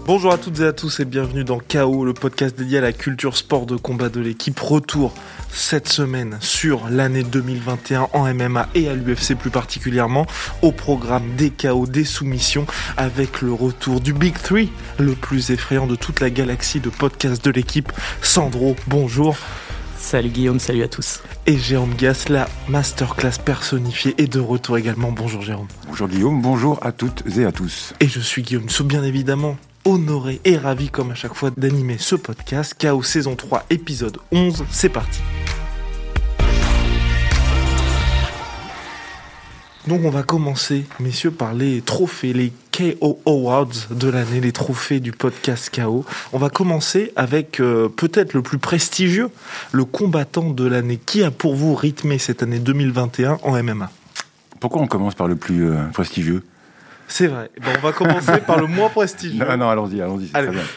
Bonjour à toutes et à tous et bienvenue dans KO, le podcast dédié à la culture sport de combat de l'équipe. Retour cette semaine sur l'année 2021 en MMA et à l'UFC plus particulièrement, au programme des KO, des soumissions, avec le retour du Big Three, le plus effrayant de toute la galaxie de podcasts de l'équipe. Sandro, bonjour. Salut Guillaume, salut à tous. Et Jérôme Gas, la masterclass personnifiée, est de retour également. Bonjour Jérôme. Bonjour Guillaume, bonjour à toutes et à tous. Et je suis Guillaume Sou, bien évidemment honoré et ravi comme à chaque fois d'animer ce podcast. KO saison 3, épisode 11, c'est parti. Donc on va commencer, messieurs, par les trophées, les KO Awards de l'année, les trophées du podcast KO. On va commencer avec peut-être le plus prestigieux, le combattant de l'année. Qui a pour vous rythmé cette année 2021 en MMA ? Pourquoi on commence par le plus prestigieux ? C'est vrai. Bon, on va commencer par le moins prestigieux. Non, allons-y, c'est très bien.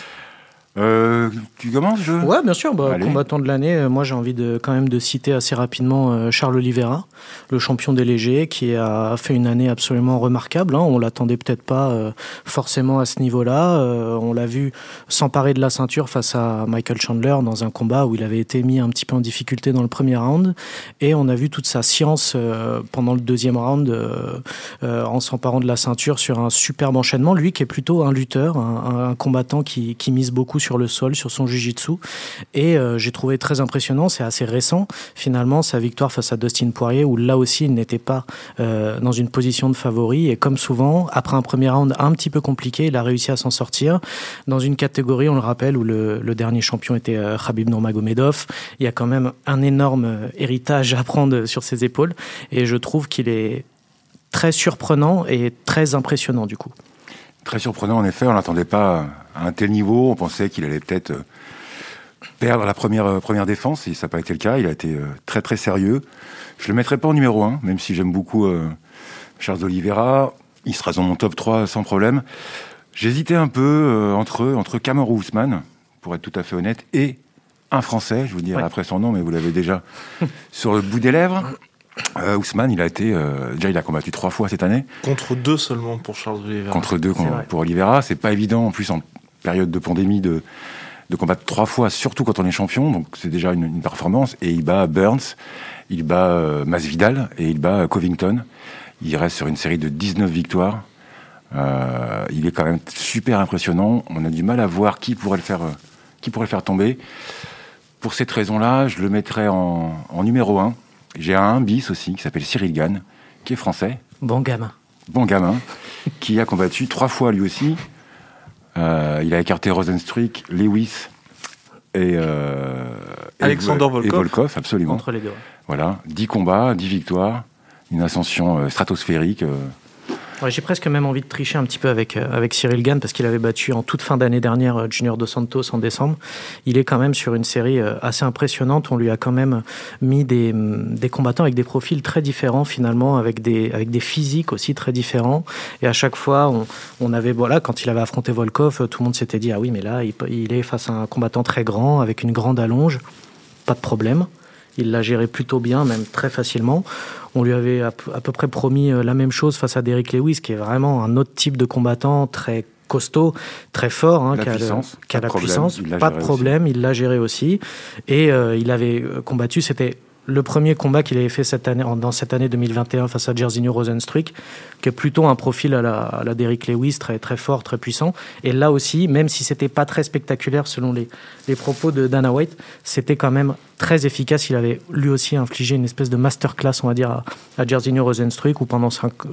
Tu commences, Ouais, bien sûr. Combattant de l'année, moi j'ai envie quand même de citer assez rapidement Charles Oliveira, le champion des légers, qui a fait une année absolument remarquable. On l'attendait peut-être pas forcément à ce niveau-là. On l'a vu s'emparer de la ceinture face à Michael Chandler dans un combat où il avait été mis un petit peu en difficulté dans le premier round. Et on a vu toute sa science pendant le deuxième round en s'emparant de la ceinture sur un superbe enchaînement. Lui qui est plutôt un lutteur, un combattant qui mise beaucoup sur le sol, sur son jiu-jitsu, et j'ai trouvé très impressionnant, c'est assez récent finalement, sa victoire face à Dustin Poirier, où là aussi il n'était pas dans une position de favori, et comme souvent, après un premier round un petit peu compliqué, il a réussi à s'en sortir, dans une catégorie, on le rappelle, où le dernier champion était Khabib Nurmagomedov. Il y a quand même un énorme héritage à prendre sur ses épaules, et je trouve qu'il est très surprenant et très impressionnant du coup. Très surprenant, en effet, on n'attendait pas à un tel niveau. On pensait qu'il allait peut-être perdre la première défense, et ça n'a pas été le cas. Il a été très très sérieux. Je ne le mettrai pas en numéro 1, même si j'aime beaucoup Charles Oliveira. Il sera dans mon top 3 sans problème. J'hésitais un peu entre Kamaru Usman, pour être tout à fait honnête, et un Français, je vous dirai après son nom, mais vous l'avez déjà sur le bout des lèvres. Usman, il a combattu 3 fois cette année. Contre 2 seulement pour Charles Oliveira. Contre 2 pour Oliveira. C'est pas évident, en plus, en période de pandémie, de combattre 3 fois, surtout quand on est champion. Donc c'est déjà une performance. Et il bat Burns, il bat Masvidal et il bat Covington. Il reste sur une série de 19 victoires. Il est quand même super impressionnant. On a du mal à voir qui pourrait le faire tomber. Pour cette raison-là, je le mettrais en numéro 1. J'ai un bis aussi, qui s'appelle Cyril Gane, qui est français. Bon gamin, qui a combattu 3 fois lui aussi. Il a écarté Rozenstruik, Lewis et Alexander Volkov, absolument. Contre les deux. Voilà, 10 combats, 10 victoires, une ascension stratosphérique. Ouais, j'ai presque même envie de tricher un petit peu avec Cyril Gane, parce qu'il avait battu en toute fin d'année dernière Junior Dos Santos en décembre. Il est quand même sur une série assez impressionnante. On lui a quand même mis des combattants avec des profils très différents finalement, avec des physiques aussi très différents. Et à chaque fois, on avait, quand il avait affronté Volkov, tout le monde s'était dit, ah oui, mais là, il est face à un combattant très grand, avec une grande allonge. Pas de problème. Il l'a géré plutôt bien, même très facilement. On lui avait à peu près promis la même chose face à Derrick Lewis, qui est vraiment un autre type de combattant, très costaud, très fort, qui a la puissance. Pas de problème, il l'a géré aussi. Et il avait combattu, c'était le premier combat qu'il avait fait dans cette année 2021 face à Jairzinho Rozenstruik, qui est plutôt un profil à la Derrick Lewis, très, très fort, très puissant. Et là aussi, même si c'était pas très spectaculaire selon les propos de Dana White, c'était quand même très efficace. Il avait lui aussi infligé une espèce de masterclass, on va dire, à Jairzinho Rozenstruik, où pendant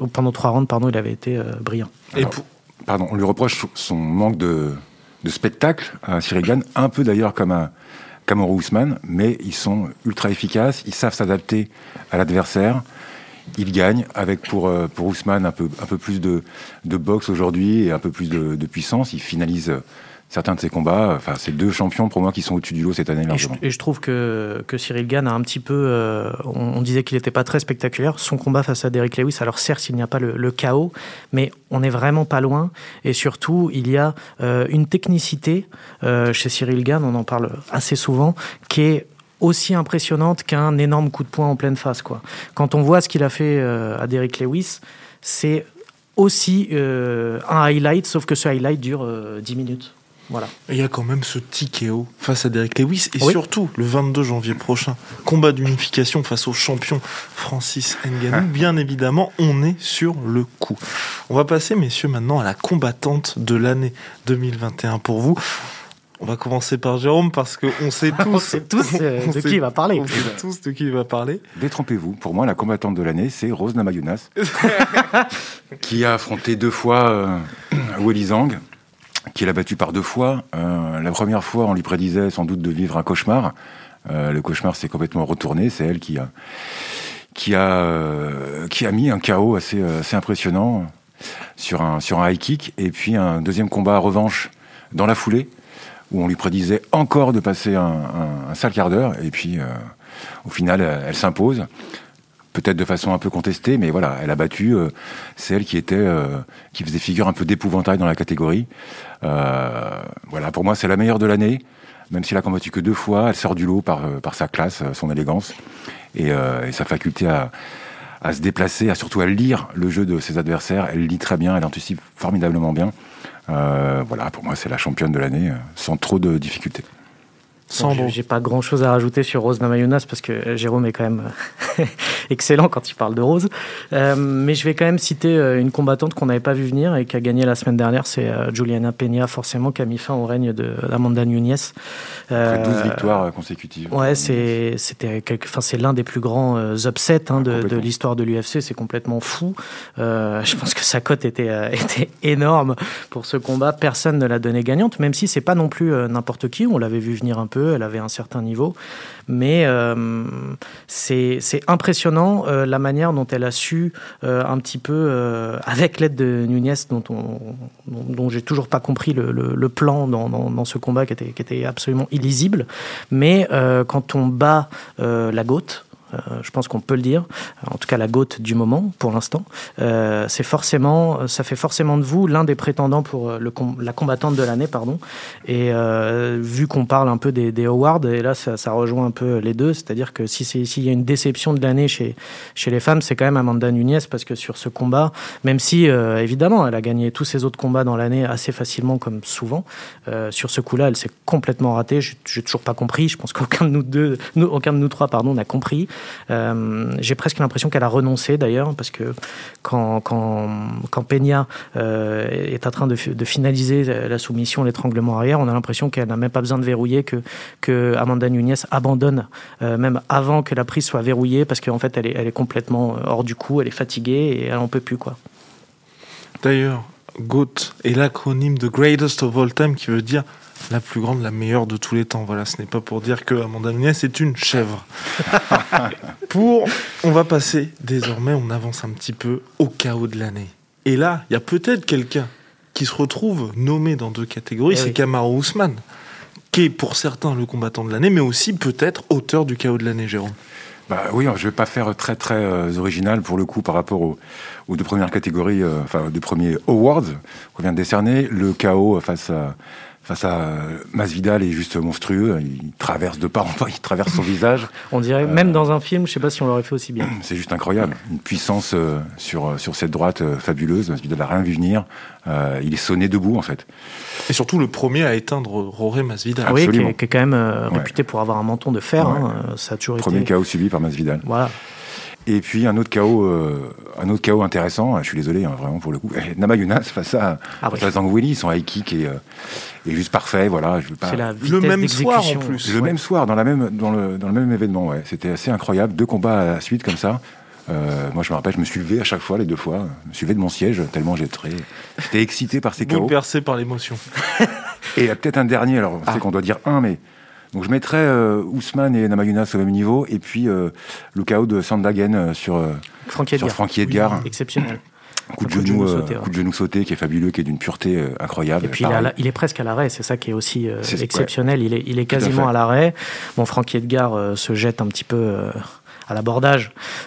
3 rounds, il avait été brillant. On lui reproche son manque de spectacle à Cyril Gane, un peu d'ailleurs comme à Kamaru Usman, mais ils sont ultra efficaces, ils savent s'adapter à l'adversaire, ils gagnent avec pour Usman un peu plus de boxe aujourd'hui et un peu plus de puissance. Ils finalisent certains de ses combats. Enfin, c'est 2 champions pour moi qui sont au-dessus du lot cette année largement. Et je trouve que Cyril Gane a un petit peu... on disait qu'il n'était pas très spectaculaire. Son combat face à Derrick Lewis, alors certes, il n'y a pas le chaos, mais on n'est vraiment pas loin. Et surtout, il y a une technicité chez Cyril Gane, on en parle assez souvent, qui est aussi impressionnante qu'un énorme coup de poing en pleine face, quoi. Quand on voit ce qu'il a fait à Derrick Lewis, c'est aussi un highlight, sauf que ce highlight dure 10 minutes. Voilà. Il y a quand même ce TKO face à Derek Lewis et surtout le 22 janvier prochain, combat d'unification face au champion Francis Ngannou. Bien évidemment, on est sur le coup. On va passer, messieurs, maintenant à la combattante de l'année 2021 pour vous. On va commencer par Jérôme parce qu'on sait tous, on sait tous de qui il va parler. On sait tous de qui il va parler. Détrompez-vous, pour moi, la combattante de l'année, c'est Rose Namajunas, qui a affronté 2 fois Weili Zhang, qui l'a battu par 2 fois. La première fois, on lui prédisait sans doute de vivre un cauchemar. Le cauchemar s'est complètement retourné. C'est elle qui a mis un KO assez impressionnant sur un high kick. Et puis un deuxième combat à revanche dans la foulée, où on lui prédisait encore de passer un sale quart d'heure. Et puis, au final, elle s'impose. Peut-être de façon un peu contestée, mais voilà, elle a battu. C'est elle qui faisait figure un peu d'épouvantail dans la catégorie. Voilà, pour moi, c'est la meilleure de l'année. Même si elle a combattu que 2 fois, elle sort du lot par sa classe, son élégance et sa faculté à se déplacer, surtout à lire le jeu de ses adversaires. Elle lit très bien, elle anticipe formidablement bien. Voilà, pour moi, c'est la championne de l'année, sans trop de difficultés. J'ai pas grand chose à rajouter sur Rose Namajunas parce que Jérôme est quand même excellent quand il parle de Rose. Mais je vais quand même citer une combattante qu'on n'avait pas vu venir et qui a gagné la semaine dernière, c'est Juliana Peña, forcément, qui a mis fin au règne d'Amanda Nunes. Après 12 victoires consécutives. Ouais, c'est l'un des plus grands upsets de l'histoire de l'UFC. C'est complètement fou. Je pense que sa cote était énorme pour ce combat. Personne ne l'a donnée gagnante, même si c'est pas non plus n'importe qui. On l'avait vu venir un peu. Elle avait un certain niveau, mais c'est impressionnant la manière dont elle a su un petit peu, avec l'aide de Nunes, dont j'ai toujours pas compris le plan dans ce combat qui était absolument illisible, mais quand on bat la GOAT, je pense qu'on peut le dire, en tout cas la GOAT du moment pour l'instant, ça fait forcément de vous l'un des prétendants pour la combattante de l'année, pardon. Et vu qu'on parle un peu des awards, et là ça rejoint un peu les deux, c'est-à-dire que s'il y a une déception de l'année chez les femmes, c'est quand même Amanda Nunes, parce que sur ce combat, même si évidemment elle a gagné tous ses autres combats dans l'année assez facilement comme souvent, sur ce coup-là elle s'est complètement ratée. J'ai toujours pas compris, je pense qu'aucun de nous trois n'a compris. J'ai presque l'impression qu'elle a renoncé d'ailleurs, parce que quand Peña est en train de finaliser la soumission, l'étranglement arrière, on a l'impression qu'elle n'a même pas besoin de verrouiller, que Amanda Nunes abandonne même avant que la prise soit verrouillée, parce qu'en fait elle est complètement hors du coup, elle est fatiguée et elle en peut plus, quoi. D'ailleurs, GOAT est l'acronyme de Greatest of All Time, qui veut dire la plus grande, la meilleure de tous les temps. Voilà, ce n'est pas pour dire que Amanda Nunes est une chèvre. On va passer désormais, on avance un petit peu au KO de l'année. Et là, il y a peut-être quelqu'un qui se retrouve nommé dans 2 catégories, c'est Kamaru Usman, qui est pour certains le combattant de l'année, mais aussi peut-être auteur du KO de l'année, Jérôme. Oui, je ne vais pas faire très très original pour le coup par rapport aux 2 premières catégories, aux 2 premiers awards qu'on vient de décerner. Le KO face à Masvidal est juste monstrueux. Il traverse de part en part, il traverse son visage. On dirait, même dans un film, je ne sais pas si on l'aurait fait aussi bien. C'est juste incroyable. Une puissance sur cette droite fabuleuse. Masvidal n'a rien vu venir. Il est sonné debout, en fait. Et surtout, le premier à éteindre Jorge Masvidal. Ah oui, qui est quand même réputé pour avoir un menton de fer. Ouais. Ça a toujours premier KO subi par Masvidal. Voilà. Et puis un autre KO intéressant, je suis désolé, vraiment pour le coup, Namajunas face à Zhang Weili, son high kick est juste parfait, voilà. Je veux pas... C'est la vitesse le même d'exécution. soir en plus. Le même soir, dans le même événement, ouais. C'était assez incroyable, 2 combats à la suite comme ça. Moi je me rappelle, je me suis levé à chaque fois, les 2 fois, je me suis levé de mon siège tellement j'étais excité par ces KO. Bouleversé par l'émotion. Et peut-être un dernier, alors on sait qu'on doit dire un, mais... Donc je mettrais Usman et Namajunas au même niveau, et puis le KO de Sandhagen sur Frankie Edgar. Oui, exceptionnel. Coup de genou sauté qui est fabuleux, qui est d'une pureté incroyable. Et puis il est presque à l'arrêt, c'est ça qui est aussi exceptionnel. Ouais. Il est quasiment à l'arrêt. Bon, Frankie Edgar se jette un petit peu à l'abordage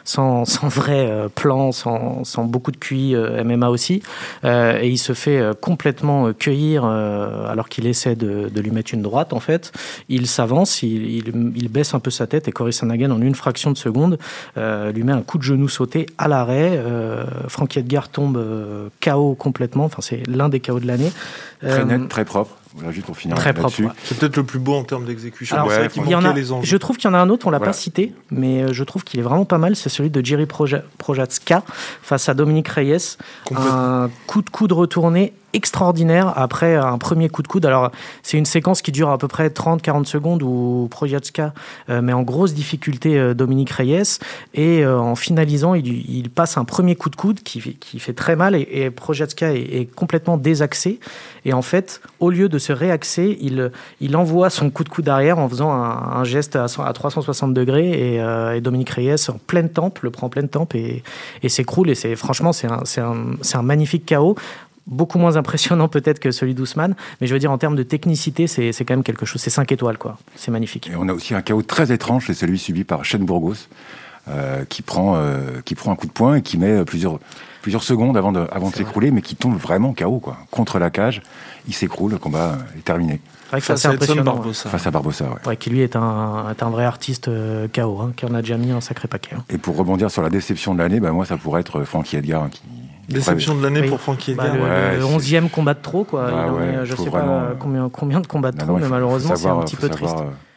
sans vrai plan, sans beaucoup de QI MMA aussi. Et il se fait complètement cueillir alors qu'il essaie de lui mettre une droite, en fait. Il s'avance, il baisse un peu sa tête et Cory Sandhagen, en une fraction de seconde, lui met un coup de genou sauté à l'arrêt. Frankie Edgar tombe KO complètement. Enfin, c'est l'un des KO de l'année. Très net, très propre. Voilà, juste pour finir très là-dessus. propre. Ouais. C'est peut-être le plus beau en termes d'exécution. Alors, c'est vrai qu'il manquait les enjeux. Je trouve qu'il y en a un autre, on l'a pas cité, mais je trouve qu'il est vraiment pas mal. C'est celui de Jiří Procházka face à Dominique Reyes. Un coup de coude retourné extraordinaire après un premier coup de coude. Alors, c'est une séquence qui dure à peu près 30-40 secondes où Procházka met en grosse difficulté Dominique Reyes et en finalisant, il passe un premier coup de coude qui fait très mal et Procházka est complètement désaxé. Et en fait, au lieu de se réaxer, il envoie son coup de coude arrière en faisant un geste à 360 degrés et Dominique Reyes en pleine tempe, le prend en pleine tempe et s'écroule. Et franchement, c'est un magnifique KO. Beaucoup moins impressionnant peut-être que celui d'Ousmane, mais je veux dire en termes de technicité, c'est quand même quelque chose, c'est 5 étoiles quoi, c'est magnifique. Et on a aussi un KO très étrange, c'est celui subi par Shane Burgos, qui prend un coup de poing et qui met plusieurs secondes avant de s'écrouler, mais qui tombe vraiment KO quoi, contre la cage, il s'écroule, le combat est terminé. C'est assez impressionnant. Barbosa. Face à Barbosa, ouais. Qui lui est un vrai artiste KO, qui en a déjà mis un sacré paquet. Et pour rebondir sur la déception de l'année, moi ça pourrait être Frankie Edgar qui... Déception de l'année pour Frankie Edgar. Le 11e combat de trop, quoi. Je sais pas combien de combats de trop, mais malheureusement, c'est un petit peu triste.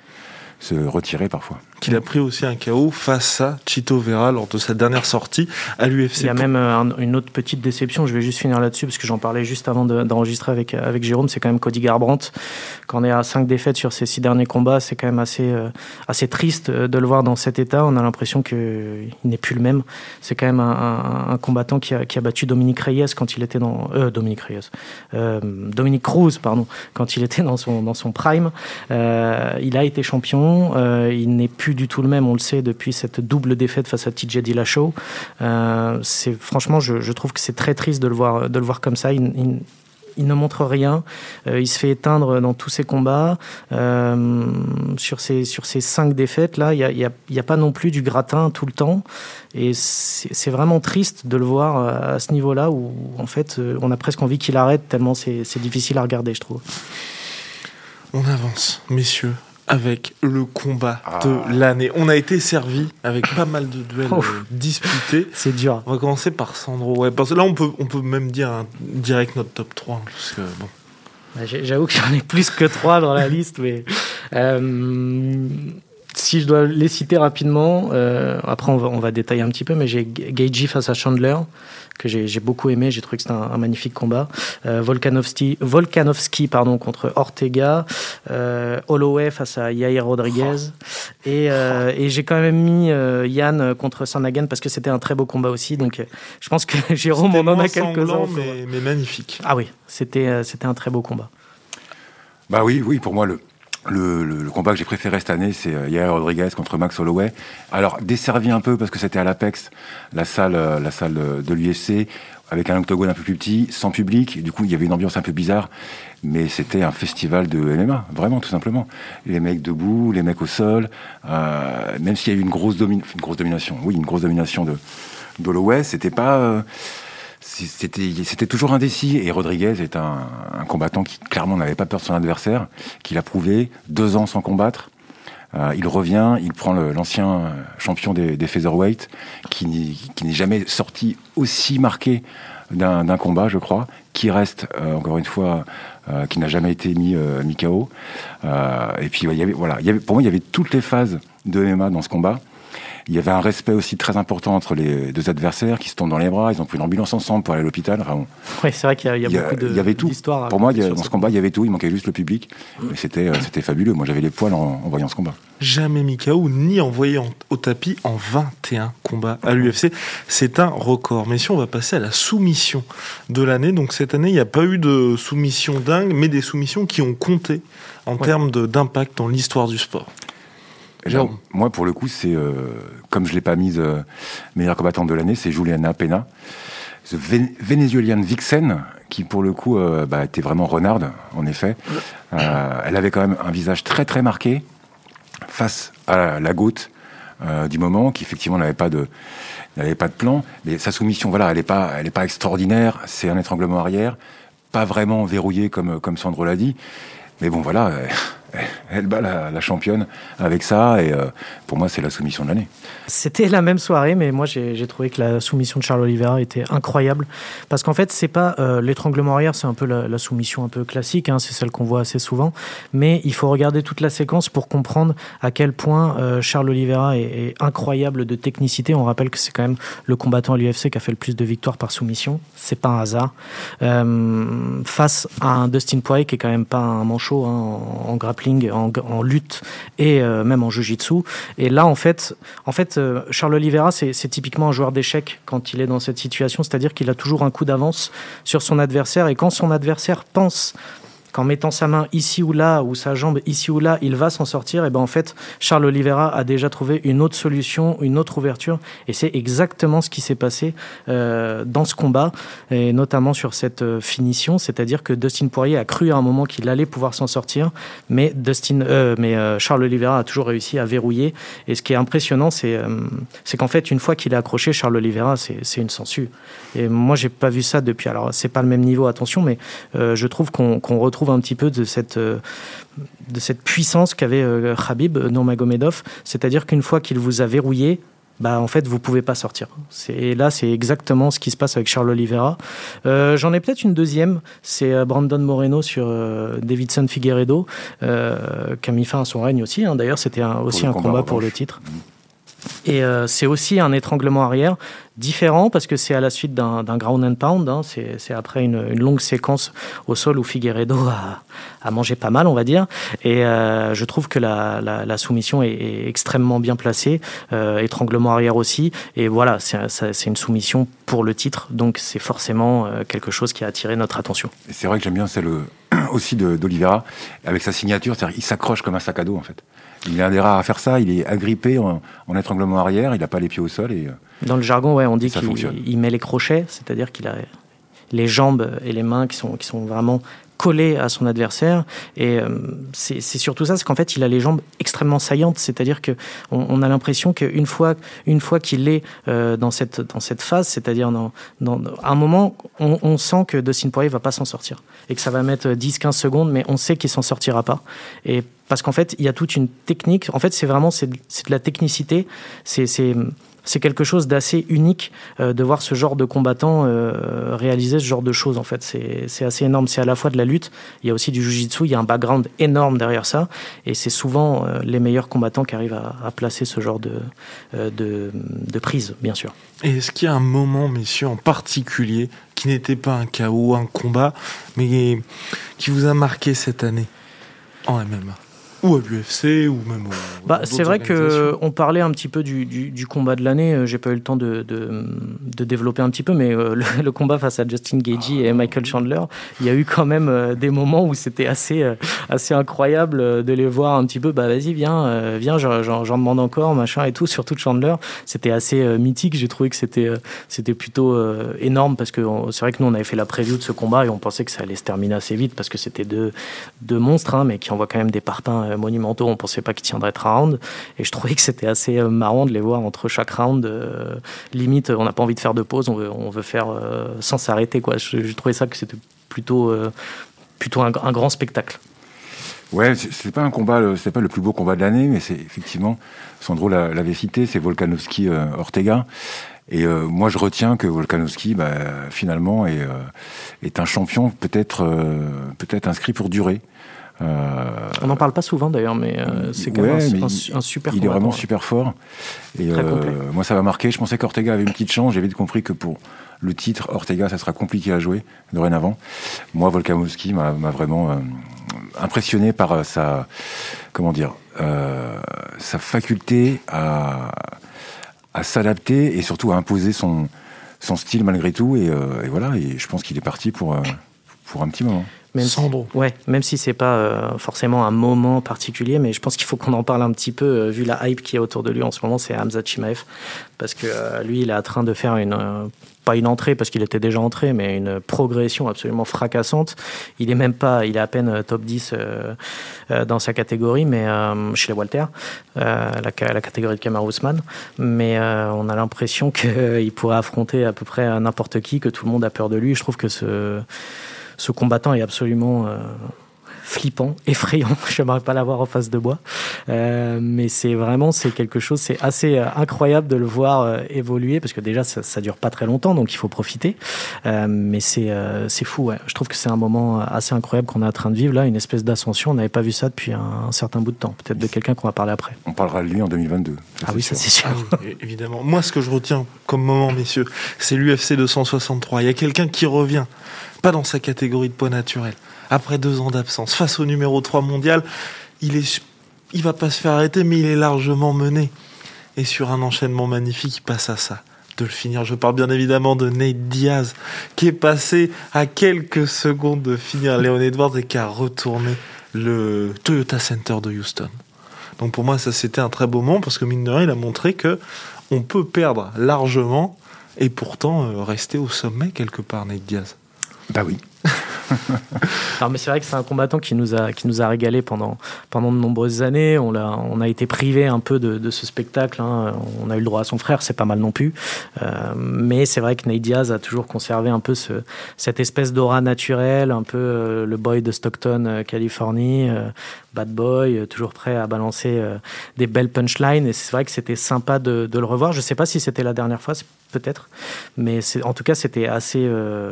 Se retirer parfois. Qu'il a pris aussi un KO face à Chito Vera lors de sa dernière sortie à l'UFC. Il y a même une autre petite déception, je vais juste finir là-dessus parce que j'en parlais juste avant d'enregistrer avec Jérôme, c'est quand même Cody Garbrandt. Quand on est à 5 défaites sur ses 6 derniers combats, c'est quand même assez triste de le voir dans cet état. On a l'impression qu'il n'est plus le même. C'est quand même un combattant qui a battu Dominique Reyes quand il était dans... Dominique Cruz, pardon, quand il était dans son prime. Il a été champion. Il n'est plus du tout le même, on le sait, depuis cette double défaite face à TJ Dillashaw. Franchement, je trouve que c'est très triste de le voir comme ça. Il ne montre rien. Il se fait éteindre dans tous ses combats. Sur ces 5 défaites, là, il n'y a pas non plus du gratin tout le temps. Et c'est vraiment triste de le voir à ce niveau-là où, en fait, on a presque envie qu'il arrête tellement c'est difficile à regarder, je trouve. On avance, messieurs, avec le combat de l'année. On a été servi avec pas mal de duels disputés. C'est dur. On va commencer par Sandro. Ouais, parce que là, on peut même dire direct notre top 3. Parce que, bon. J'avoue que j'en ai plus que 3 dans la liste, mais si je dois les citer rapidement, après on va détailler un petit peu, mais j'ai Gaethje face à Chandler, que j'ai beaucoup aimé, j'ai trouvé que c'était un magnifique combat. Volkanovski contre Ortega, Holloway face à Yair Rodriguez, et j'ai quand même mis Yann contre Sandhagen parce que c'était un très beau combat aussi, donc je pense que Jérôme en a quelques-uns. Mais magnifique. Ah oui, c'était un très beau combat. Bah oui, pour moi le combat que j'ai préféré cette année, c'est Yair Rodriguez contre Max Holloway. Alors, desservi un peu parce que c'était à l'Apex, la salle de l'UFC, avec un octogone un peu plus petit, sans public. Et du coup, il y avait une ambiance un peu bizarre. Mais c'était un festival de MMA, vraiment, tout simplement. Les mecs debout, les mecs au sol. Même s'il y a eu une grosse domination d'Holloway, c'était pas... C'était toujours indécis, et Rodriguez est un combattant qui clairement n'avait pas peur de son adversaire, qu'il a prouvé, 2 ans sans combattre. Il revient, il prend l'ancien champion des featherweight, qui n'est jamais sorti aussi marqué d'un combat, je crois, qui reste, encore une fois, qui n'a jamais été mis KO. Et puis, pour moi, il y avait toutes les phases de MMA dans ce combat. Il y avait un respect aussi très important entre les 2 adversaires qui se tombent dans les bras. Ils ont pris une ambulance ensemble pour aller à l'hôpital. Enfin, oui, c'est vrai qu'il y a beaucoup il y avait tout. d'histoires. Pour moi, dans ce combat, il y avait tout. Il manquait juste le public. Et c'était fabuleux. Moi, j'avais les poils en voyant ce combat. Jamais mis KO ni envoyé au tapis en 21 combats à l'UFC. C'est un record. Mais si on va passer à la soumission de l'année. Donc cette année, il n'y a pas eu de soumission dingue, mais des soumissions qui ont compté en termes d'impact dans l'histoire du sport. Moi, pour le coup, c'est comme je l'ai pas mise meilleure combattante de l'année, c'est Juliana Pena, ce Vénézuélienne Vixen, qui pour le coup était vraiment renarde, en effet. Elle avait quand même un visage très très marqué face à la goutte. du moment, qui effectivement n'avait pas de plan. Mais sa soumission, voilà, elle est pas extraordinaire. C'est un étranglement arrière, pas vraiment verrouillé comme Sandro l'a dit. Mais bon, voilà, elle bat la championne avec ça, et pour moi, c'est la soumission de l'année. C'était la même soirée, mais moi, j'ai trouvé que la soumission de Charles Oliveira était incroyable. Parce qu'en fait, c'est pas l'étranglement arrière, c'est un peu la soumission un peu classique, hein, c'est celle qu'on voit assez souvent. Mais il faut regarder toute la séquence pour comprendre à quel point Charles Oliveira est incroyable de technicité. On rappelle que c'est quand même le combattant à l'UFC qui a fait le plus de victoires par soumission. C'est pas un hasard. Face à un Dustin Poirier qui est quand même pas un manchot, hein, en grappling, en lutte et même en jiu-jitsu. Et là, en fait, Charles Oliveira, c'est typiquement un joueur d'échecs quand il est dans cette situation, c'est-à-dire qu'il a toujours un coup d'avance sur son adversaire, et quand son adversaire pense qu'en mettant sa main ici ou là, ou sa jambe ici ou là, il va s'en sortir, et ben en fait, Charles Oliveira a déjà trouvé une autre solution, une autre ouverture, et c'est exactement ce qui s'est passé dans ce combat, et notamment sur cette finition, c'est-à-dire que Dustin Poirier a cru à un moment qu'il allait pouvoir s'en sortir, mais Charles Oliveira a toujours réussi à verrouiller, et ce qui est impressionnant, c'est qu'en fait, une fois qu'il est accroché, Charles Oliveira, c'est une sangsue. Et moi, j'ai pas vu ça depuis, alors c'est pas le même niveau, attention, mais je trouve qu'on retrouve un petit peu de cette puissance qu'avait Khabib Nurmagomedov, c'est-à-dire qu'une fois qu'il vous a verrouillé, en fait, vous pouvez pas sortir. Et là, c'est exactement ce qui se passe avec Charles Oliveira. J'en ai peut-être une deuxième, c'est Brandon Moreno sur Davidson Figueiredo, qui a mis fin à son règne aussi. Hein. D'ailleurs, c'était aussi un combat pour le titre. Et c'est aussi un étranglement arrière différent parce que c'est à la suite d'un ground and pound, hein. C'est après une longue séquence au sol où Figueiredo a mangé pas mal, on va dire, et je trouve que la soumission est extrêmement bien placée, étranglement arrière aussi, et voilà, c'est une soumission pour le titre, donc c'est forcément quelque chose qui a attiré notre attention. Et c'est vrai que j'aime bien celle aussi d'Oliveira, avec sa signature, c'est-à-dire il s'accroche comme un sac à dos en fait. Il est un des rares à faire ça, il est agrippé en étranglement arrière, il n'a pas les pieds au sol. Et dans le jargon, ouais, on dit qu'il met les crochets, c'est-à-dire qu'il a les jambes et les mains qui sont vraiment collées à son adversaire. Et c'est surtout ça, c'est qu'en fait, il a les jambes extrêmement saillantes, c'est-à-dire qu'on a l'impression qu'une fois qu'il est dans cette phase, c'est-à-dire à un moment, on sent que Dustin Poirier ne va pas s'en sortir et que ça va mettre 10-15 secondes, mais on sait qu'il ne s'en sortira pas. Et parce qu'en fait, il y a toute une technique. En fait, c'est de la technicité. C'est quelque chose d'assez unique de voir ce genre de combattant réaliser ce genre de choses. En fait, c'est assez énorme. C'est à la fois de la lutte, il y a aussi du jiu-jitsu, il y a un background énorme derrière ça, et c'est souvent les meilleurs combattants qui arrivent à placer ce genre de prise, bien sûr. Et est-ce qu'il y a un moment, messieurs, en particulier, qui n'était pas un KO, un combat, mais qui vous a marqué cette année en MMA ? Ou à l'UFC, ou même c'est vrai qu'on parlait un petit peu du combat de l'année. J'ai pas eu le temps de développer un petit peu, mais le combat face à Justin Gaethje et Michael Chandler, il y a eu quand même des moments où c'était assez incroyable de les voir un petit peu. Vas-y, viens, j'en demande encore, machin et tout. Surtout Chandler, c'était assez mythique. J'ai trouvé que c'était plutôt énorme parce que c'est vrai que nous on avait fait la preview de ce combat et on pensait que ça allait se terminer assez vite parce que c'était deux monstres, hein, mais qui envoient quand même des parpaings monumentaux. On pensait pas qu'ils tiendraient 3 rounds, et je trouvais que c'était assez marrant de les voir entre chaque round. Limite, on n'a pas envie de faire de pause, on veut faire sans s'arrêter, quoi. Je trouvais ça que c'était plutôt un grand spectacle. Ouais, c'est pas c'est pas le plus beau combat de l'année, mais c'est effectivement, Sandro l'avait cité, c'est Volkanovski Ortega. Et moi, je retiens que Volkanovski, finalement, est un champion peut-être inscrit pour durer. On n'en parle pas souvent d'ailleurs, mais c'est quand même un super combattant. Il est vraiment super fort. Et moi, ça m'a marqué. Je pensais qu'Ortega avait une petite chance. J'avais compris que pour le titre, Ortega, ça sera compliqué à jouer dorénavant. Moi, Volkanovski m'a vraiment impressionné par sa faculté à s'adapter et surtout à imposer son style malgré tout. Et voilà. Et je pense qu'il est parti pour un petit moment. Sandro. Même si c'est pas forcément un moment particulier, mais je pense qu'il faut qu'on en parle un petit peu, vu la hype qui est autour de lui en ce moment, c'est Khamzat Chimaev, parce que lui, il est en train de faire pas une entrée, parce qu'il était déjà entré, mais une progression absolument fracassante. Il est à peine top 10 dans sa catégorie, mais chez les Walter, la catégorie de Kamaru Usman, mais on a l'impression qu'il pourrait affronter à peu près n'importe qui, que tout le monde a peur de lui. Je trouve que ce combattant est absolument flippant, effrayant. Je n'aimerais pas l'avoir en face de moi. Mais c'est quelque chose, c'est assez incroyable de le voir évoluer, parce que déjà, ça dure pas très longtemps, donc il faut profiter. Mais c'est fou, ouais. Je trouve que c'est un moment assez incroyable qu'on est en train de vivre là, une espèce d'ascension. On n'avait pas vu ça depuis un certain bout de temps. Peut-être de quelqu'un qu'on va parler après. On parlera de lui en 2022. Ah oui, ça c'est sûr. Ah oui, évidemment. Moi, ce que je retiens comme moment, messieurs, c'est l'UFC 263. Il y a quelqu'un qui revient, pas dans sa catégorie de poids naturel. Après 2 ans d'absence, face au numéro 3 mondial, il va pas se faire arrêter, mais il est largement mené. Et sur un enchaînement magnifique, il passe à ça, de le finir. Je parle bien évidemment de Nate Diaz, qui est passé à quelques secondes de finir Leon Edwards et qui a retourné le Toyota Center de Houston. Donc pour moi, ça c'était un très beau moment, parce que mine de rien, il a montré que on peut perdre largement et pourtant rester au sommet quelque part, Nate Diaz. Bah oui. Non, mais c'est vrai que c'est un combattant qui nous a régalé pendant de nombreuses années. On a été privé un peu de ce spectacle, hein. On a eu le droit à son frère, c'est pas mal non plus. Mais c'est vrai que Nate Diaz a toujours conservé un peu cette espèce d'aura naturelle, un peu le boy de Stockton, Californie, bad boy, toujours prêt à balancer des belles punchlines. Et c'est vrai que c'était sympa de le revoir. Je sais pas si c'était la dernière fois, peut-être, mais en tout cas c'était assez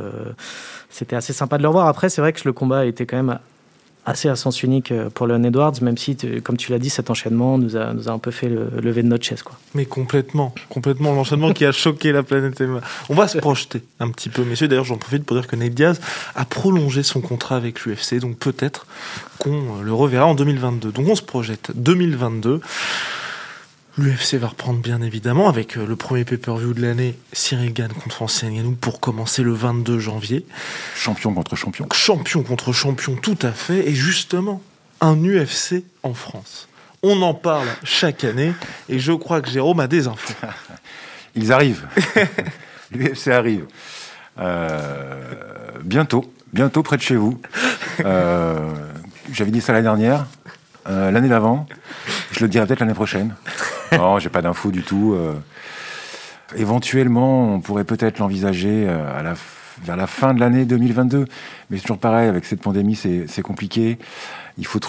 sympa de le revoir. Après, c'est vrai que le combat était quand même assez à sens unique pour Leon Edwards, même si, comme tu l'as dit, cet enchaînement nous a un peu fait lever de notre chaise, quoi. Mais complètement, l'enchaînement qui a choqué la planète MMA. On va se projeter un petit peu, messieurs. D'ailleurs, j'en profite pour dire que Nate Diaz a prolongé son contrat avec l'UFC, donc peut-être qu'on le reverra en 2022. Donc on se projette 2022. L'UFC va reprendre bien évidemment avec le premier pay-per-view de l'année, Ciryl Gane contre Francis Ngannou, pour commencer le 22 janvier. Champion contre champion. Champion contre champion, tout à fait. Et justement, un UFC en France. On en parle chaque année et je crois que Jérôme a des infos. Ils arrivent. L'UFC arrive. Bientôt près de chez vous. J'avais dit ça l'année dernière, l'année d'avant. Je le dirai peut-être l'année prochaine. Non, j'ai pas d'infos du tout. Éventuellement, on pourrait peut-être l'envisager vers la fin de l'année 2022. Mais c'est toujours pareil, avec cette pandémie, c'est compliqué. Il faut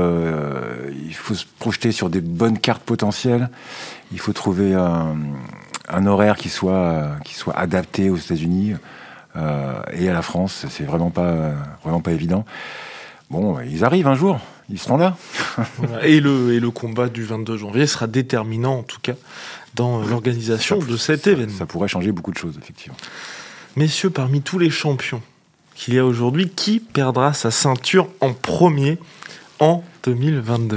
se projeter sur des bonnes cartes potentielles. Il faut trouver un horaire qui soit adapté aux États-Unis et à la France. C'est vraiment pas évident. Bon, ils arrivent un jour. Ils seront là. Voilà. Et le combat du 22 janvier sera déterminant, en tout cas, dans l'organisation de cet événement. Ça pourrait changer beaucoup de choses, effectivement. Messieurs, parmi tous les champions qu'il y a aujourd'hui, qui perdra sa ceinture en premier en 2022 ?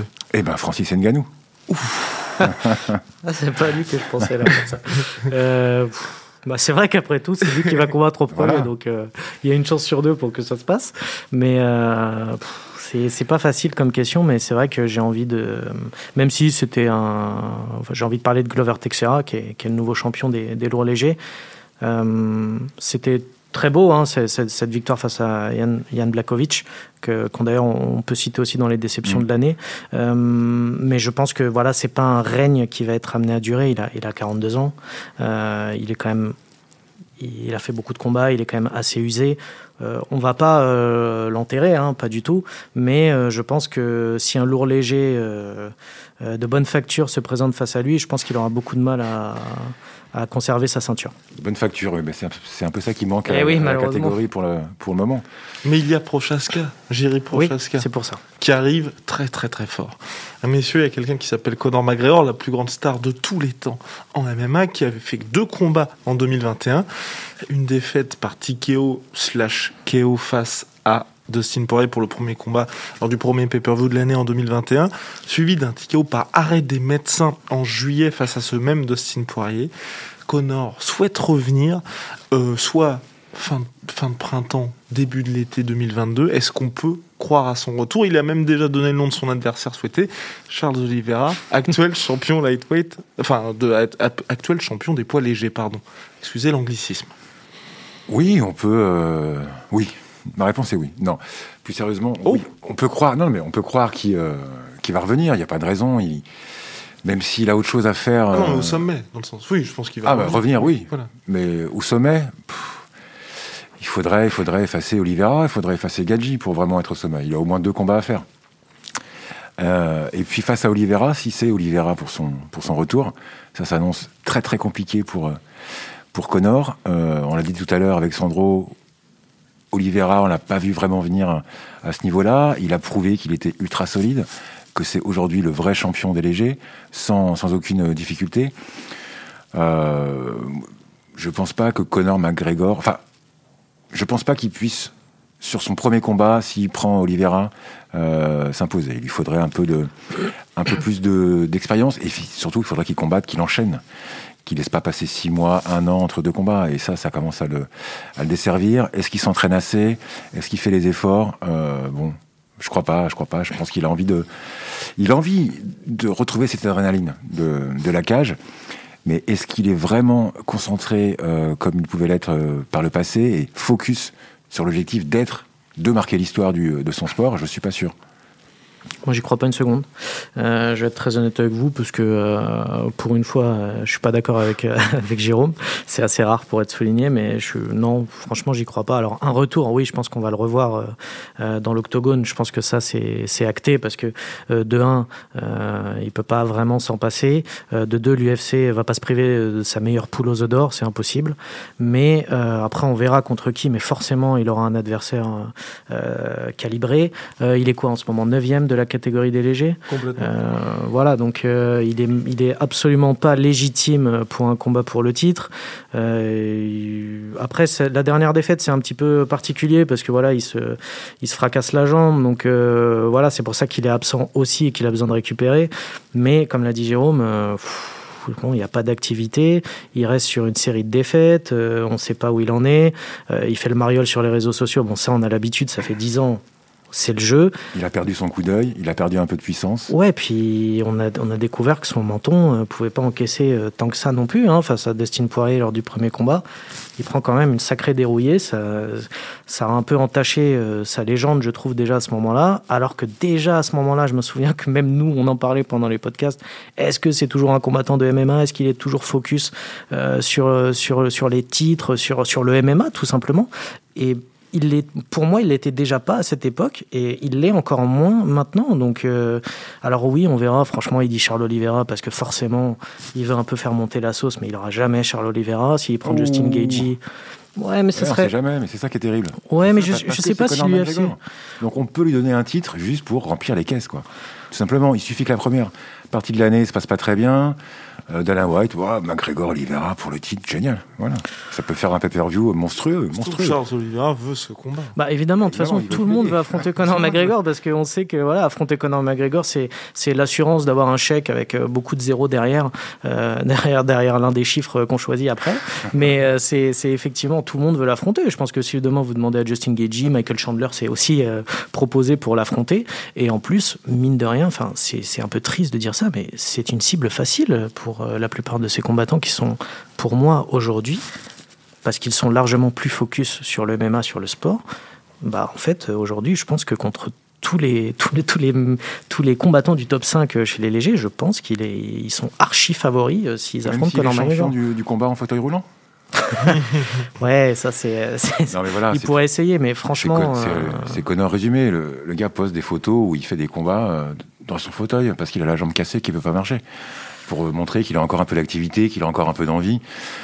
Eh ben, Francis Ngannou. Ouf. C'est pas lui que je pensais là. Comme ça. C'est vrai qu'après tout, c'est lui qui va combattre au premier, voilà. Donc il y a une chance sur 2 pour que ça se passe. Mais c'est pas facile comme question, mais c'est vrai que j'ai envie de... Même si c'était j'ai envie de parler de Glover Teixeira, qui est le nouveau champion des lourds légers. C'était très beau, hein, cette victoire face à Jan Blachowicz, qu'on d'ailleurs on peut citer aussi dans les déceptions de l'année. Mais je pense que voilà, c'est pas un règne qui va être amené à durer. Il a 42 ans. Il est quand même... Il a fait beaucoup de combats, il est quand même assez usé. On va pas l'enterrer, hein, pas du tout. Mais je pense que si un lourd léger de bonne facture se présente face à lui, je pense qu'il aura beaucoup de mal à conserver sa ceinture. Bonne facture, oui, mais c'est un peu ça qui manque à la catégorie pour le moment. Mais il y a Prochaska, Jiří Prochaska, oui, c'est pour ça, qui arrive très très très fort. Messieurs, il y a quelqu'un qui s'appelle Conor McGregor, la plus grande star de tous les temps en MMA, qui avait fait 2 combats en 2021. Une défaite par TKO/KO face à Dustin Poirier pour le premier combat lors du premier pay-per-view de l'année en 2021, suivi d'un TKO par arrêt des médecins en juillet face à ce même Dustin Poirier. Conor souhaite revenir, soit fin de printemps, début de l'été 2022. Est-ce qu'on peut croire à son retour? Il a même déjà donné le nom de son adversaire souhaité, Charles Oliveira, actuel champion lightweight, actuel champion des poids légers, pardon. Excusez l'anglicisme. Oui, on peut... oui, ma réponse est oui. Non, plus sérieusement, oui, on peut croire... Non, mais on peut croire qu'il va revenir, il n'y a pas de raison, même s'il a autre chose à faire... Non, au sommet, dans le sens... Oui, je pense qu'il va revenir, oui. Voilà. Mais au sommet... Il faudrait effacer Oliveira, il faudrait effacer Gaethje pour vraiment être au sommet. Il a au moins 2 combats à faire. Et puis face à Oliveira, si c'est Oliveira pour son retour, ça s'annonce très très compliqué pour Conor. On l'a dit tout à l'heure avec Sandro, Oliveira, on l'a pas vu vraiment venir à ce niveau-là. Il a prouvé qu'il était ultra solide, que c'est aujourd'hui le vrai champion des légers, sans aucune difficulté. Je pense pas que Conor McGregor... Je pense pas qu'il puisse, sur son premier combat, s'il prend Oliveira, s'imposer. Il lui faudrait un peu plus d'expérience, et surtout, il faudrait qu'il combatte, qu'il enchaîne, qu'il laisse pas passer 6 mois, 1 an entre 2 combats. Et ça commence à le desservir. Est-ce qu'il s'entraîne assez? Est-ce qu'il fait les efforts? Je crois pas. Je pense qu'il a envie de retrouver cette adrénaline de la cage. Mais est-ce qu'il est vraiment concentré comme il pouvait l'être par le passé et focus sur l'objectif de marquer l'histoire de son sport? Je suis pas sûr. Moi, j'y crois pas une seconde. Je vais être très honnête avec vous, parce que pour une fois, je suis pas d'accord avec Jérôme. C'est assez rare pour être souligné, mais non, franchement, j'y crois pas. Alors, un retour, oui, je pense qu'on va le revoir dans l'octogone. Je pense que ça, c'est acté, parce que de 1, il peut pas vraiment s'en passer. De 2, l'UFC va pas se priver de sa meilleure poule aux œufs d'or, c'est impossible. Mais après, on verra contre qui, mais forcément, il aura un adversaire calibré. Il est quoi en ce moment? 9e de la catégorie des légers. Complètement. Voilà, donc il est absolument pas légitime pour un combat pour le titre. Après, la dernière défaite, c'est un petit peu particulier, parce que voilà, il se fracasse la jambe, donc voilà, c'est pour ça qu'il est absent aussi et qu'il a besoin de récupérer. Mais comme l'a dit Jérôme, il n'y a pas d'activité, il reste sur une série de défaites, on ne sait pas où il en est, il fait le mariole sur les réseaux sociaux, bon ça on a l'habitude, ça fait 10 ans. C'est le jeu. Il a perdu son coup d'œil, il a perdu un peu de puissance. Ouais, puis on a découvert que son menton ne pouvait pas encaisser tant que ça non plus, face à Dustin Poirier lors du premier combat. Il prend quand même une sacrée dérouillée, ça a un peu entaché sa légende, je trouve, déjà à ce moment-là, alors que déjà à ce moment-là, je me souviens que même nous, on en parlait pendant les podcasts, est-ce que c'est toujours un combattant de MMA? Est-ce qu'il est toujours focus sur les titres, sur le MMA, tout simplement? Et pour moi, il l'était déjà pas à cette époque, et il l'est encore moins maintenant. Donc, alors oui, on verra. Franchement, il dit Charles Oliveira parce que forcément, il veut un peu faire monter la sauce, mais il aura jamais Charles Oliveira. S'il prend Justin Gaethje, ouais, mais ce serait. On sait jamais, mais c'est ça qui est terrible. Ouais, mais je sais pas si l'UFC. Donc, on peut lui donner un titre juste pour remplir les caisses, quoi. Tout simplement, il suffit que la première partie de l'année se passe pas très bien. Dana White, McGregor, Oliveira pour le titre, génial. Voilà. Ça peut faire un pay-per-view monstrueux. Charles Oliveira veut ce combat. Bah évidemment, de toute façon, tout le monde va affronter Conor McGregor, parce qu'on sait que voilà, affronter Conor McGregor, c'est l'assurance d'avoir un chèque avec beaucoup de zéros derrière l'un des chiffres qu'on choisit après. Mais c'est effectivement, tout le monde veut l'affronter. Je pense que si demain vous demandez à Justin Gaethje, Michael Chandler s'est aussi proposé pour l'affronter. Et en plus, mine de rien, c'est un peu triste de dire ça, mais c'est une cible facile pour la plupart de ces combattants qui sont, pour moi, aujourd'hui, parce qu'ils sont largement plus focus sur le MMA, sur le sport, en fait, aujourd'hui, je pense que contre tous les combattants du top 5 chez les légers, je pense ils sont archi favoris s'ils affrontent Conor McGregor. Du combat en fauteuil roulant. Ouais, ça c'est non, mais voilà, il pourrait essayer, mais franchement... C'est Conor résumé. Le gars poste des photos où il fait des combats dans son fauteuil parce qu'il a la jambe cassée, qu'il ne peut pas marcher. Pour montrer qu'il a encore un peu d'activité, qu'il a encore un peu d'envie.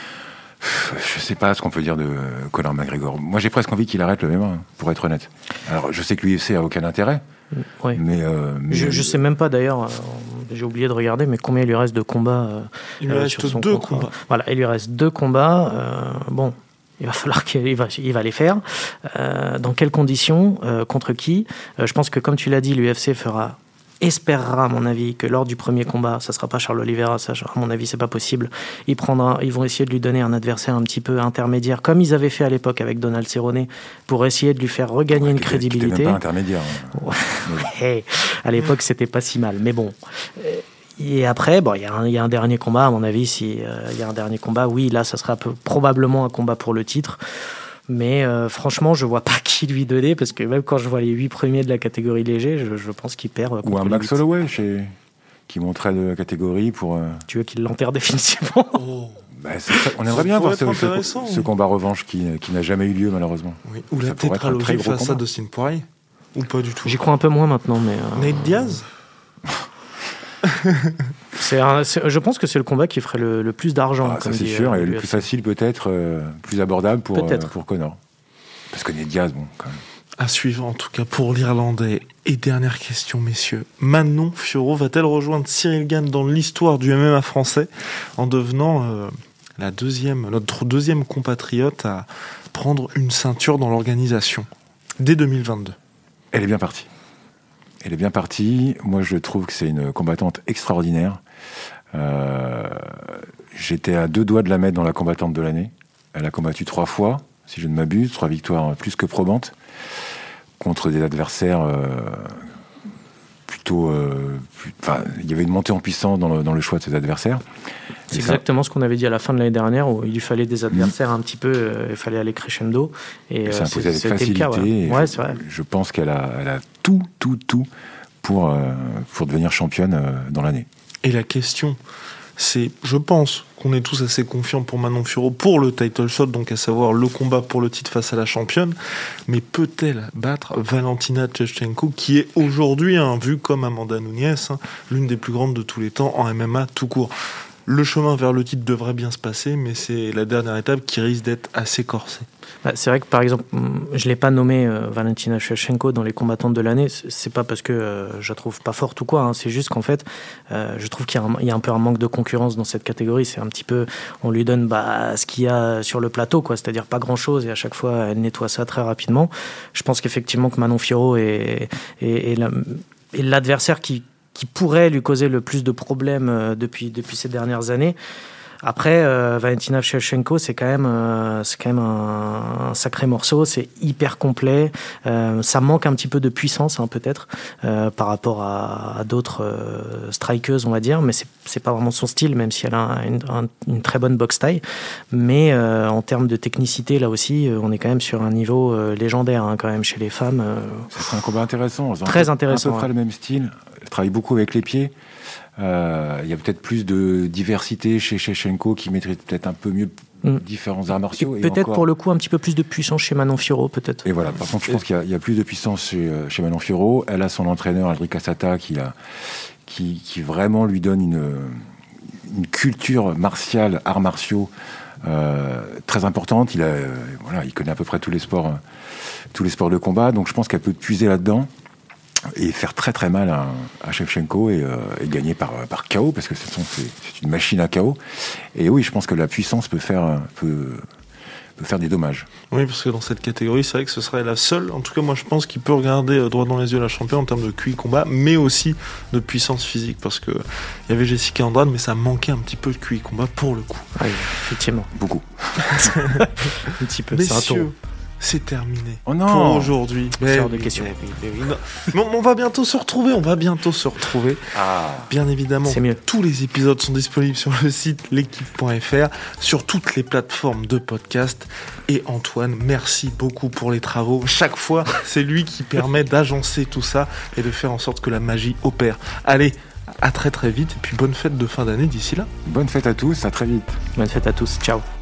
Je ne sais pas ce qu'on peut dire de Conor McGregor. Moi, j'ai presque envie qu'il arrête le MMA, pour être honnête. Alors, je sais que l'UFC n'a aucun intérêt. Ouais. Mais je ne sais même pas, d'ailleurs, j'ai oublié de regarder, mais combien il lui reste de combats il lui reste sur son 2 contrat. combats. Voilà, il lui reste 2 combats. Bon, il va falloir il va les faire. Dans quelles conditions? Contre qui? Je pense que, comme tu l'as dit, l'UFC fera espérera, à mon avis, que lors du premier combat, ça sera pas Charles Oliveira, ça, à mon avis, c'est pas possible. Ils vont essayer de lui donner un adversaire un petit peu intermédiaire, comme ils avaient fait à l'époque avec Donald Cerrone, pour essayer de lui faire regagner une crédibilité. Qui même pas intermédiaire. Ouais. À l'époque, c'était pas si mal, mais bon. Et après, bon, il y a un dernier combat, à mon avis. Si il y a un dernier combat, oui, là, ça sera probablement un combat pour le titre. Mais franchement, je vois pas qui lui donner, parce que même quand je vois les 8 premiers de la catégorie léger, je pense qu'il perd. Ou un Max Holloway qui monterait de la catégorie pour... Tu veux qu'il l'enterre définitivement? Bah, on aimerait bien voir ce combat revanche qui n'a jamais eu lieu, malheureusement. Oui. Ou la tétralogie face à Dustin Poirier. Ou pas du tout. J'y crois un peu moins maintenant, mais... Nate Diaz. Je pense que c'est le combat qui ferait le plus d'argent. Ça c'est sûr, et le plus facile peut-être, plus abordable pour Conor. Parce que Nate Diaz, bon, quand même. À suivre en tout cas pour l'Irlandais. Et dernière question, messieurs. Manon Fiorot va-t-elle rejoindre Cyril Gane dans l'histoire du MMA français en devenant notre deuxième compatriote à prendre une ceinture dans l'organisation dès 2022? Elle est bien partie. Elle est bien partie. Moi, je trouve que c'est une combattante extraordinaire. J'étais à 2 doigts de la mettre dans la combattante de l'année. Elle a combattu 3 fois, si je ne m'abuse, 3 victoires plus que probantes, contre des adversaires plutôt... il y avait une montée en puissance dans le choix de ses adversaires. C'est exactement ce qu'on avait dit à la fin de l'année dernière, où il lui fallait des adversaires un petit peu, il fallait aller crescendo. Et ça imposait avec facilité. Le cas, ouais. C'est vrai. Je pense qu'elle a tout pour devenir championne dans l'année. Et la question, c'est, je pense qu'on est tous assez confiants pour Manon Fiorot pour le title shot, donc à savoir le combat pour le titre face à la championne, mais peut-elle battre Valentina Shevchenko, qui est aujourd'hui, vue comme Amanda Nunes, l'une des plus grandes de tous les temps en MMA tout court? Le chemin vers le titre devrait bien se passer, mais c'est la dernière étape qui risque d'être assez corsée. C'est vrai que, par exemple, je ne l'ai pas nommée Valentina Shevchenko dans les combattantes de l'année. C'est pas parce que je la trouve pas forte ou quoi. C'est juste qu'en fait, je trouve qu'il y a un peu un manque de concurrence dans cette catégorie. C'est un petit peu, on lui donne ce qu'il y a sur le plateau, quoi. C'est-à-dire pas grand-chose, et à chaque fois, elle nettoie ça très rapidement. Je pense qu'effectivement que Manon Fiorot est l'adversaire qui pourrait lui causer le plus de problèmes depuis ces dernières années. Après, Valentina Shevchenko, c'est quand même un sacré morceau. C'est hyper complet. Ça manque un petit peu de puissance, peut-être, par rapport à d'autres strikeuses, on va dire. Mais c'est pas vraiment son style, même si elle a une très bonne boxe taille. Mais en termes de technicité, là aussi, on est quand même sur un niveau légendaire, quand même, chez les femmes. Ce serait un combat intéressant. Très intéressant. À peu près le même style. Elle travaille beaucoup avec les pieds. Il y a peut-être plus de diversité chez Shevchenko, qui maîtrise peut-être un peu mieux différents arts martiaux. Et peut-être pour le coup un petit peu plus de puissance chez Manon Fiorot, peut-être. Et voilà, par contre je pense qu'il y a plus de puissance chez Manon Fiorot. Elle a son entraîneur Aldric Assata qui vraiment lui donne une culture martiale, arts martiaux très importante. Il connaît à peu près tous les sports de combat, donc je pense qu'elle peut puiser là-dedans et faire très très mal à Shevchenko et gagner par KO, parce que c'est une machine à KO. Et oui, je pense que la puissance peut faire des dommages. Oui, parce que dans cette catégorie, c'est vrai que ce serait la seule, en tout cas moi je pense, qu'il peut regarder droit dans les yeux la championne en termes de QI combat, mais aussi de puissance physique, parce que il y avait Jessica Andrade, mais ça manquait un petit peu de QI combat pour le coup. Oui, effectivement. Beaucoup. Un petit peu. Messieurs, c'est terminé pour aujourd'hui. Hors de question. On va bientôt se retrouver. Bien évidemment, tous les épisodes sont disponibles sur le site l'équipe.fr, sur toutes les plateformes de podcast. Et Antoine, merci beaucoup pour les travaux. Chaque fois, c'est lui qui permet d'agencer tout ça et de faire en sorte que la magie opère. Allez, à très très vite, et puis bonne fête de fin d'année d'ici là. Bonne fête à tous, à très vite. Bonne fête à tous, ciao.